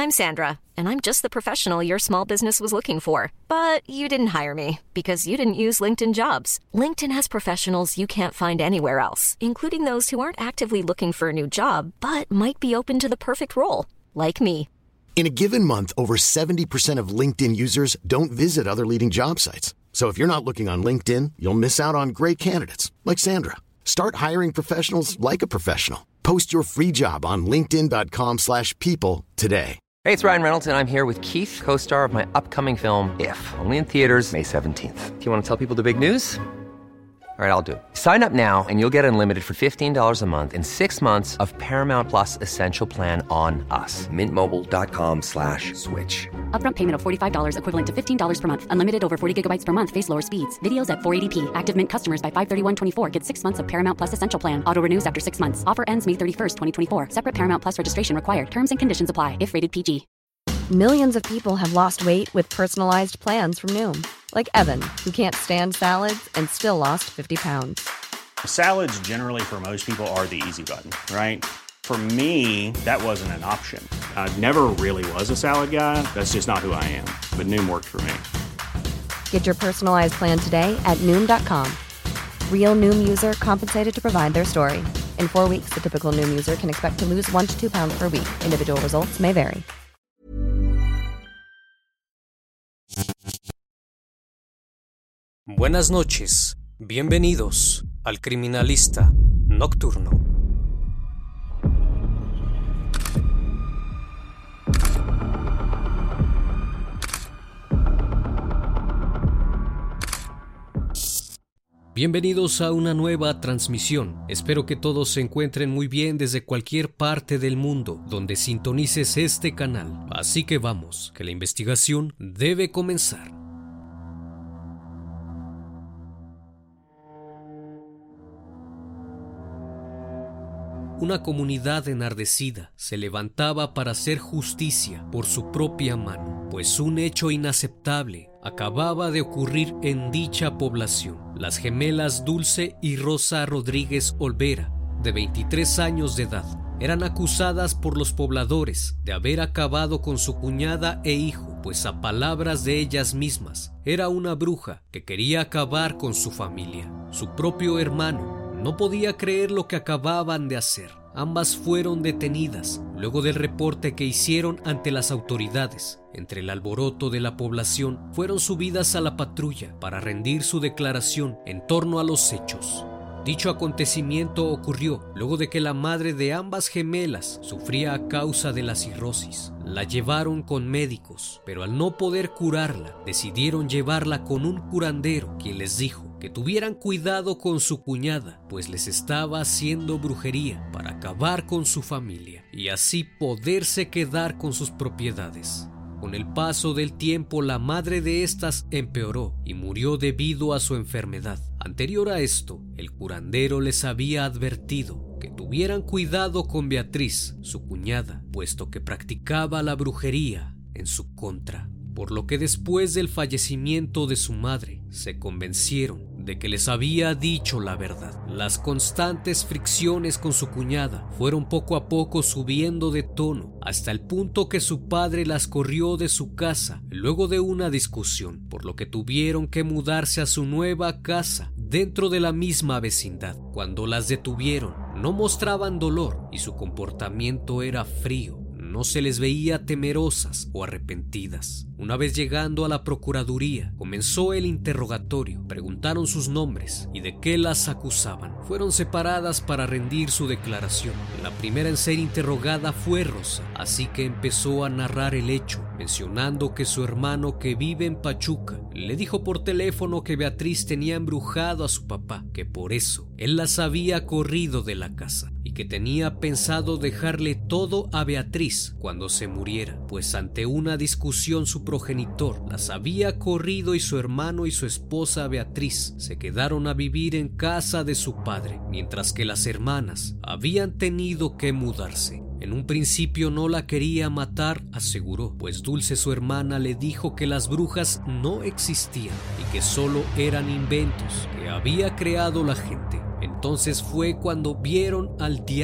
I'm Sandra, and I'm just the professional your small business was looking for. But you didn't hire me because you didn't use LinkedIn Jobs. LinkedIn has professionals you can't find anywhere else, including those who aren't actively looking for a new job, but might be open to the perfect role, like me. In a given month, over 70% of LinkedIn users don't visit other leading job sites. So if you're not looking on LinkedIn, you'll miss out on great candidates like Sandra. Start hiring professionals like a professional. Post your free job on linkedin.com/people today. Hey, it's Ryan Reynolds, and I'm here with Keith, co-star of my upcoming film, If, only in theaters May 17th. Do you want to tell people the big news? All right, I'll do it. Sign up now and you'll get unlimited for $15 a month and 6 months of Paramount Plus Essential Plan on us. MintMobile.com/switch. Upfront payment of $45 equivalent to $15 per month. Unlimited over 40 gigabytes per month. Face lower speeds. Videos at 480p. Active Mint customers by 531.24 get 6 months of Paramount Plus Essential Plan. Auto renews after 6 months. Offer ends May 31st, 2024. Separate Paramount Plus registration required. Terms and conditions apply if rated PG. Millions of people have lost weight with personalized plans from Noom. Like Evan, who can't stand salads and still lost 50 pounds. Salads generally for most people are the easy button, right? For me, that wasn't an option. I never really was a salad guy. That's just not who I am. But Noom worked for me. Get your personalized plan today at Noom.com. Real Noom user compensated to provide their story. In 4 weeks, the typical Noom user can expect to lose 1 to 2 pounds per week. Individual results may vary. Buenas noches, bienvenidos al Criminalista Nocturno. Bienvenidos a una nueva transmisión. Espero que todos se encuentren muy bien desde cualquier parte del mundo donde sintonices este canal. Así que vamos, que la investigación debe comenzar. Una comunidad enardecida se levantaba para hacer justicia por su propia mano, pues un hecho inaceptable acababa de ocurrir en dicha población. Las gemelas Dulce y Rosa Rodríguez Olvera, de 23 años de edad, eran acusadas por los pobladores de haber acabado con su cuñada e hijo, pues a palabras de ellas mismas, era una bruja que quería acabar con su familia. Su propio hermano no podía creer lo que acababan de hacer. Ambas fueron detenidas luego del reporte que hicieron ante las autoridades. Entre el alboroto de la población, fueron subidas a la patrulla para rendir su declaración en torno a los hechos. Dicho acontecimiento ocurrió luego de que la madre de ambas gemelas sufría a causa de la cirrosis. La llevaron con médicos, pero al no poder curarla, decidieron llevarla con un curandero, quien les dijo que tuvieran cuidado con su cuñada, pues les estaba haciendo brujería para acabar con su familia y así poderse quedar con sus propiedades. Con el paso del tiempo, la madre de estas empeoró y murió debido a su enfermedad. Anterior a esto, el curandero les había advertido que tuvieran cuidado con Beatriz, su cuñada, puesto que practicaba la brujería en su contra. Por lo que después del fallecimiento de su madre, se convencieron de que les había dicho la verdad. Las constantes fricciones con su cuñada fueron poco a poco subiendo de tono, hasta el punto que su padre las corrió de su casa luego de una discusión, por lo que tuvieron que mudarse a su nueva casa dentro de la misma vecindad. Cuando las detuvieron, no mostraban dolor y su comportamiento era frío. No se les veía temerosas o arrepentidas. Una vez llegando a la procuraduría, comenzó el interrogatorio. Preguntaron sus nombres y de qué las acusaban. Fueron separadas para rendir su declaración. La primera en ser interrogada fue Rosa, así que empezó a narrar el hecho, mencionando que su hermano, que vive en Pachuca, le dijo por teléfono que Beatriz tenía embrujado a su papá, que por eso él las había corrido de la casa y que tenía pensado dejarle todo a Beatriz cuando se muriera, pues ante una discusión su progenitor las había corrido y su hermano y su esposa Beatriz se quedaron a vivir en casa de su padre, mientras que las hermanas habían tenido que mudarse. En un principio no la quería matar, aseguró, pues Dulce, su hermana, le dijo que las brujas no existían y que solo eran inventos que había creado la gente. Entonces fue cuando vieron al diablo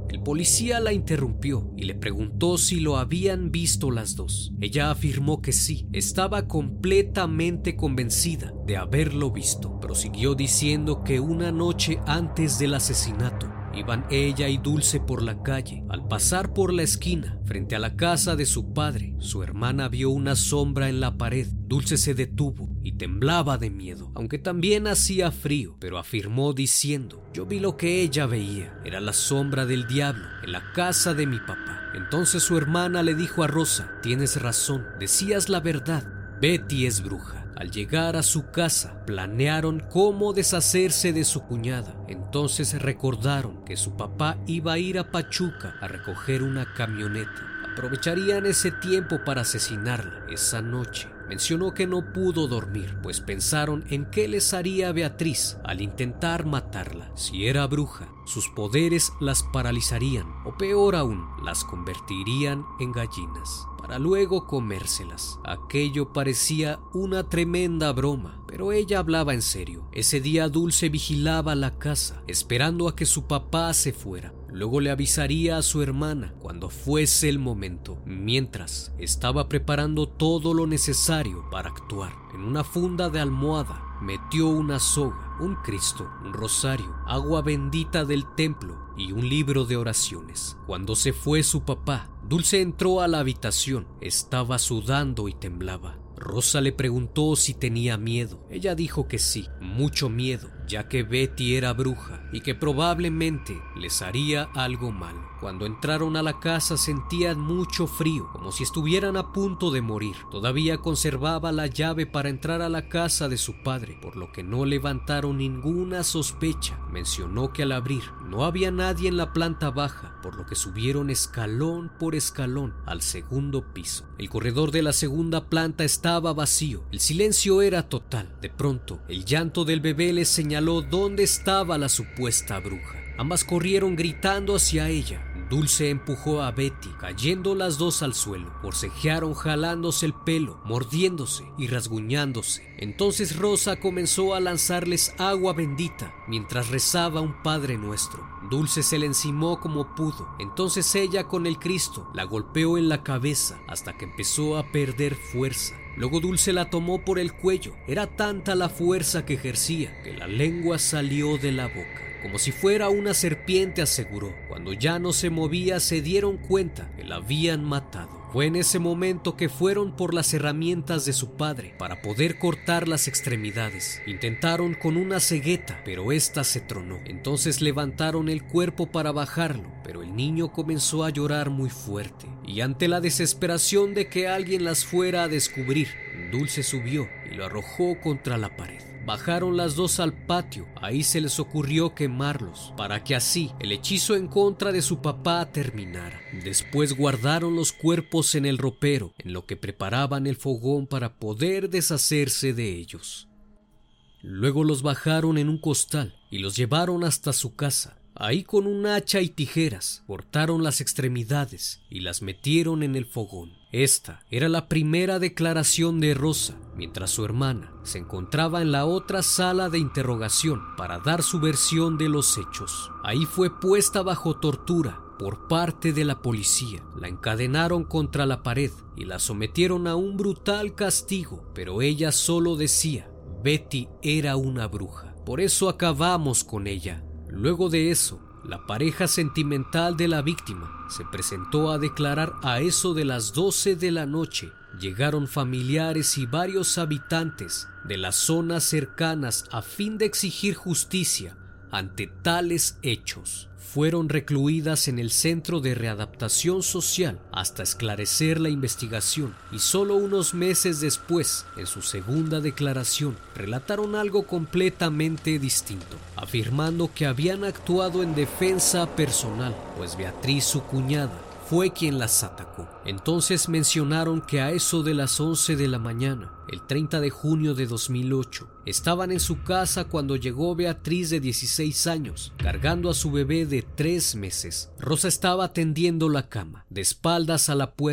El policía la interrumpió y le preguntó si lo habían visto las dos. Ella afirmó que sí, estaba completamente convencida de haberlo visto. Prosiguió diciendo que una noche antes del asesinato, iban ella y Dulce por la calle. Al pasar por la esquina, frente a la casa de su padre, su hermana vio una sombra en la pared. Dulce se detuvo y temblaba de miedo, aunque también hacía frío, pero afirmó diciendo: yo vi lo que ella veía, era la sombra del diablo en la casa de mi papá. Entonces su hermana le dijo a Rosa: tienes razón, decías la verdad, Betty es bruja. Al llegar a su casa, planearon cómo deshacerse de su cuñada. Entonces recordaron que su papá iba a ir a Pachuca a recoger una camioneta. Aprovecharían ese tiempo para asesinarla esa noche. Mencionó que no pudo dormir, pues pensaron en qué les haría Beatriz al intentar matarla. Si era bruja, sus poderes las paralizarían, o peor aún, las convertirían en gallinas, para luego comérselas. Aquello parecía una tremenda broma, pero ella hablaba en serio. Ese día Dulce vigilaba la casa, esperando a que su papá se fuera. Luego le avisaría a su hermana cuando fuese el momento. Mientras, estaba preparando todo lo necesario para actuar. En una funda de almohada metió una soga, un Cristo, un rosario, agua bendita del templo y un libro de oraciones. Cuando se fue su papá, Dulce entró a la habitación. Estaba sudando y temblaba. Rosa le preguntó si tenía miedo. Ella dijo que sí, mucho miedo, ya que Betty era bruja y que probablemente les haría algo malo. Cuando entraron a la casa sentían mucho frío, como si estuvieran a punto de morir. Todavía conservaba la llave para entrar a la casa de su padre, por lo que no levantaron ninguna sospecha. Mencionó que al abrir no había nadie en la planta baja, por lo que subieron escalón por escalón al segundo piso. El corredor de la segunda planta estaba vacío. El silencio era total. De pronto, el llanto del bebé les señaló dónde estaba la supuesta bruja. Ambas corrieron gritando hacia ella. Dulce empujó a Betty, cayendo las dos al suelo. Forcejearon jalándose el pelo, mordiéndose y rasguñándose. Entonces Rosa comenzó a lanzarles agua bendita mientras rezaba un Padre Nuestro. Dulce se le encimó como pudo. Entonces ella con el Cristo la golpeó en la cabeza hasta que empezó a perder fuerza. Luego Dulce la tomó por el cuello. Era tanta la fuerza que ejercía que la lengua salió de la boca, como si fuera una serpiente, aseguró. Cuando ya no se movía, se dieron cuenta que la habían matado. Fue en ese momento que fueron por las herramientas de su padre para poder cortar las extremidades. Intentaron con una cegueta, pero esta se tronó. Entonces levantaron el cuerpo para bajarlo, pero el niño comenzó a llorar muy fuerte. Y ante la desesperación de que alguien las fuera a descubrir, Dulce subió y lo arrojó contra la pared. Bajaron las dos al patio. Ahí se les ocurrió quemarlos, para que así el hechizo en contra de su papá terminara. Después guardaron los cuerpos en el ropero, en lo que preparaban el fogón para poder deshacerse de ellos. Luego los bajaron en un costal y los llevaron hasta su casa. Ahí con un hacha y tijeras cortaron las extremidades y las metieron en el fogón. Esta era la primera declaración de Rosa, mientras su hermana se encontraba en la otra sala de interrogación para dar su versión de los hechos. Ahí fue puesta bajo tortura por parte de la policía. La encadenaron contra la pared y la sometieron a un brutal castigo, pero ella solo decía: Betty era una bruja, por eso acabamos con ella. Luego de eso, la pareja sentimental de la víctima se presentó a declarar a eso de las 12 de la noche. Llegaron familiares y varios habitantes de las zonas cercanas a fin de exigir justicia ante tales hechos. Fueron recluidas en el Centro de Readaptación Social hasta esclarecer la investigación, y solo unos meses después, en su segunda declaración, relataron algo completamente distinto, afirmando que habían actuado en defensa personal, pues Beatriz, su cuñada, fue quien las atacó. Entonces mencionaron que a eso de las 11 de la mañana, el 30 de junio de 2008, estaban en su casa cuando llegó Beatriz, de 16 años, cargando a su bebé de 3 meses. Rosa estaba tendiendo la cama, de espaldas a la puerta,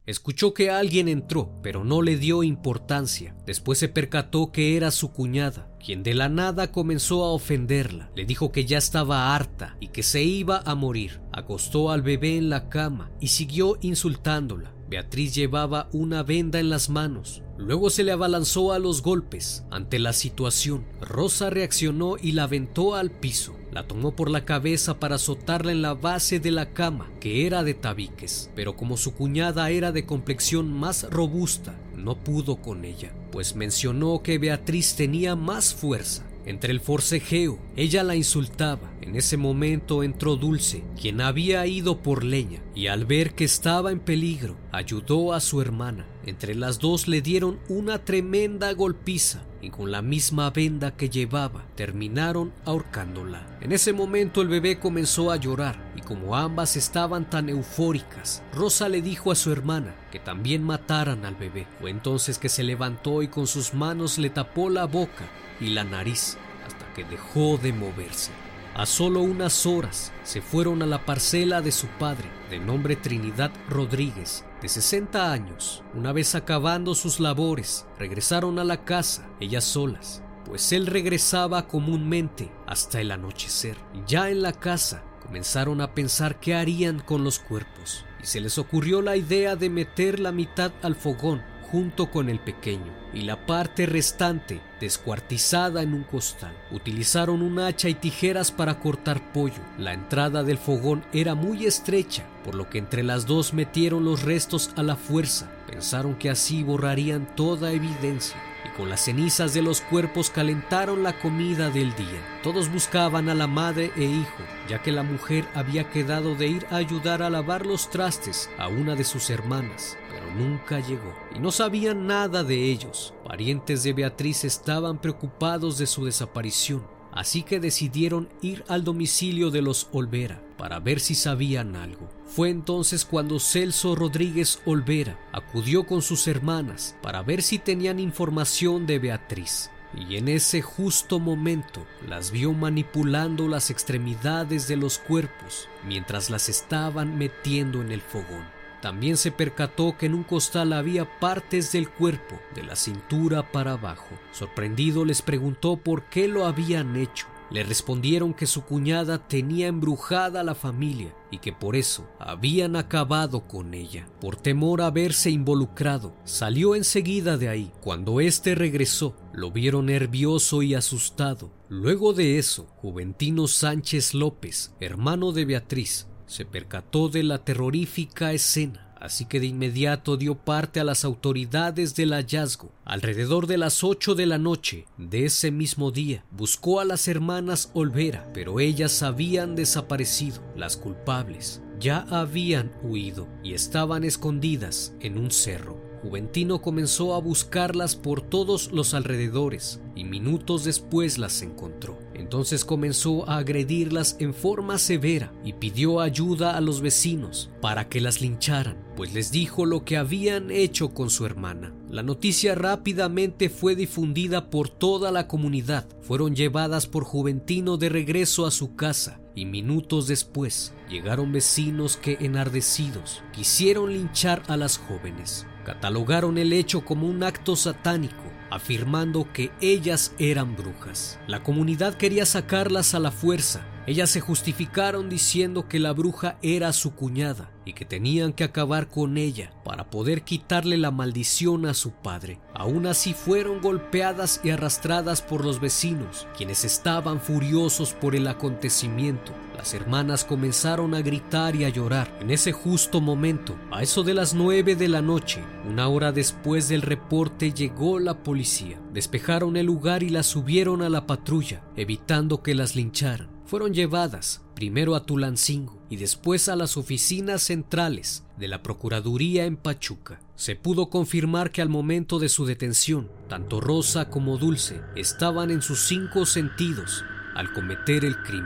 Escuchó que alguien entró, pero no le dio importancia. Después se percató que era su cuñada, quien de la nada comenzó a ofenderla. Le dijo que ya estaba harta y que se iba a morir. Acostó al bebé en la cama y siguió insultándola. Beatriz llevaba una venda en las manos. Luego se le abalanzó a los golpes. Ante la situación, Rosa reaccionó y la aventó al piso. La tomó por la cabeza para azotarla en la base de la cama, que era de tabiques. Pero como su cuñada era de complexión más robusta, no pudo con ella, pues mencionó que Beatriz tenía más fuerza. Entre el forcejeo, ella la insultaba. En ese momento entró Dulce, quien había ido por leña, y al ver que estaba en peligro, ayudó a su hermana. Entre las dos le dieron una tremenda golpiza y con la misma venda que llevaba terminaron ahorcándola. En ese momento el bebé comenzó a llorar y como ambas estaban tan eufóricas, Rosa le dijo a su hermana que también mataran al bebé. Fue entonces que se levantó y con sus manos le tapó la boca y la nariz hasta que dejó de moverse. A solo unas horas se fueron a la parcela de su padre, de nombre Trinidad Rodríguez, de 60 años. Una vez acabando sus labores, regresaron a la casa, ellas solas, pues él regresaba comúnmente hasta el anochecer. Ya en la casa comenzaron a pensar qué harían con los cuerpos, y se les ocurrió la idea de meter la mitad al fogón junto con el pequeño y la parte restante descuartizada en un costal. Utilizaron un hacha y tijeras para cortar pollo. La entrada del fogón era muy estrecha, por lo que entre las dos metieron los restos a la fuerza. Pensaron que así borrarían toda evidencia y con las cenizas de los cuerpos calentaron la comida del día. Todos buscaban a la madre e hijo, ya que la mujer había quedado de ir a ayudar a lavar los trastes a una de sus hermanas, pero nunca llegó y no sabían nada de ellos. Parientes de Beatriz estaban preocupados de su desaparición, así que decidieron ir al domicilio de los Olvera para ver si sabían algo. Fue entonces cuando Celso Rodríguez Olvera acudió con sus hermanas para ver si tenían información de Beatriz. Y en ese justo momento las vio manipulando las extremidades de los cuerpos mientras las estaban metiendo en el fogón. También se percató que en un costal había partes del cuerpo, de la cintura para abajo. Sorprendido les preguntó por qué lo habían hecho. Le respondieron que su cuñada tenía embrujada a la familia y que por eso habían acabado con ella. Por temor a verse involucrado, salió enseguida de ahí. Cuando éste regresó, lo vieron nervioso y asustado. Luego de eso, Juventino Sánchez López, hermano de Beatriz, se percató de la terrorífica escena, así que de inmediato dio parte a las autoridades del hallazgo. Alrededor de las 8 de la noche de ese mismo día, buscó a las hermanas Olvera, pero ellas habían desaparecido. Las culpables ya habían huido y estaban escondidas en un cerro. Juventino comenzó a buscarlas por todos los alrededores y minutos después las encontró. Entonces comenzó a agredirlas en forma severa y pidió ayuda a los vecinos para que las lincharan, pues les dijo lo que habían hecho con su hermana. La noticia rápidamente fue difundida por toda la comunidad. Fueron llevadas por Juventino de regreso a su casa y minutos después llegaron vecinos que, enardecidos, quisieron linchar a las jóvenes. Catalogaron el hecho como un acto satánico, afirmando que ellas eran brujas. La comunidad quería sacarlas a la fuerza. Ellas se justificaron diciendo que la bruja era su cuñada y que tenían que acabar con ella para poder quitarle la maldición a su padre. Aún así fueron golpeadas y arrastradas por los vecinos, quienes estaban furiosos por el acontecimiento. Las hermanas comenzaron a gritar y a llorar. En ese justo momento, a eso de las 9 de la noche, una hora después del reporte, llegó la policía. Despejaron el lugar y las subieron a la patrulla, evitando que las lincharan. Fueron llevadas primero a Tulancingo y después a las oficinas centrales de la Procuraduría en Pachuca. Se pudo confirmar que al momento de su detención, tanto Rosa como Dulce estaban en sus 5 sentidos al cometer el crimen. En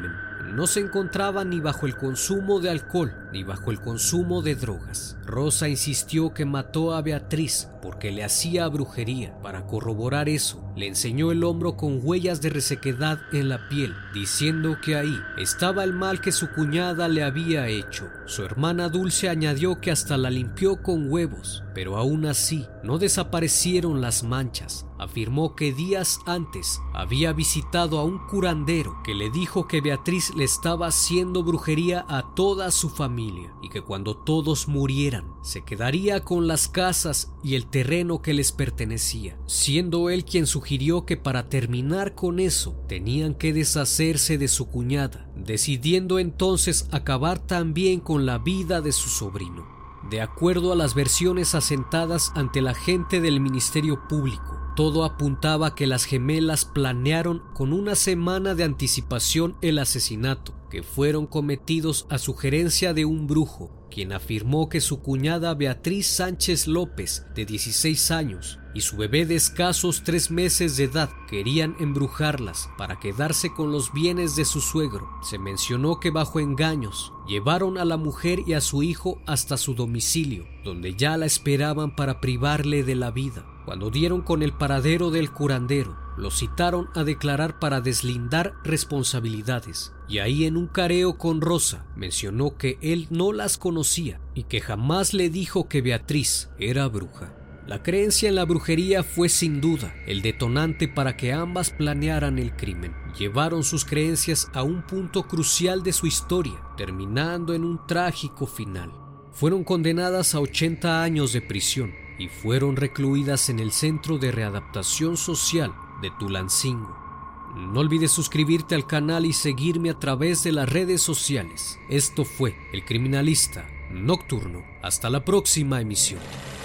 no se encontraba ni bajo el consumo de alcohol ni bajo el consumo de drogas. Rosa insistió que mató a Beatriz porque le hacía brujería. Para corroborar eso, le enseñó el hombro con huellas de resequedad en la piel, diciendo que ahí estaba el mal que su cuñada le había hecho. Su hermana Dulce añadió que hasta la limpió con huevos, pero aún así no desaparecieron las manchas. Afirmó que días antes había visitado a un curandero que le dijo que Beatriz le estaba haciendo brujería a toda su familia y que cuando todos murieran se quedaría con las casas y el terreno que les pertenecía, siendo él quien sugirió que para terminar con eso tenían que deshacerse de su cuñada, decidiendo entonces acabar también con la vida de su sobrino. De acuerdo a las versiones asentadas ante la gente del Ministerio Público, todo apuntaba a que las gemelas planearon con una semana de anticipación el asesinato, que fueron cometidos a sugerencia de un brujo, quien afirmó que su cuñada Beatriz Sánchez López, de 16 años, y su bebé de escasos 3 meses de edad querían embrujarlas para quedarse con los bienes de su suegro. Se mencionó que bajo engaños llevaron a la mujer y a su hijo hasta su domicilio, donde ya la esperaban para privarle de la vida. Cuando dieron con el paradero del curandero, lo citaron a declarar para deslindar responsabilidades, y ahí en un careo con Rosa mencionó que él no las conocía y que jamás le dijo que Beatriz era bruja. La creencia en la brujería fue sin duda el detonante para que ambas planearan el crimen. Llevaron sus creencias a un punto crucial de su historia, terminando en un trágico final. Fueron condenadas a 80 años de prisión y fueron recluidas en el Centro de Readaptación Social de Tulancingo. No olvides suscribirte al canal y seguirme a través de las redes sociales. Esto fue El Criminalista Nocturno. Hasta la próxima emisión.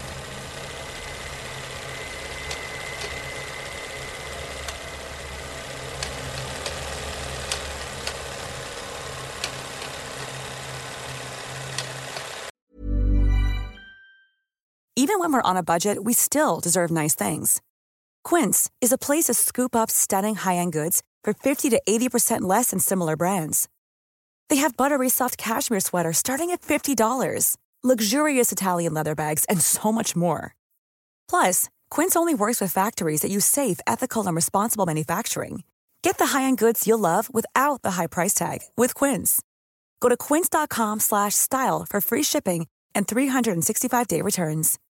Even when we're on a budget, we still deserve nice things. Quince is a place to scoop up stunning high-end goods for 50 to 80% less than similar brands. They have buttery soft cashmere sweaters starting at $50, luxurious Italian leather bags, and so much more. Plus, Quince only works with factories that use safe, ethical, and responsible manufacturing. Get the high-end goods you'll love without the high price tag with Quince. Go to quince.com/style for free shipping and 365-day returns.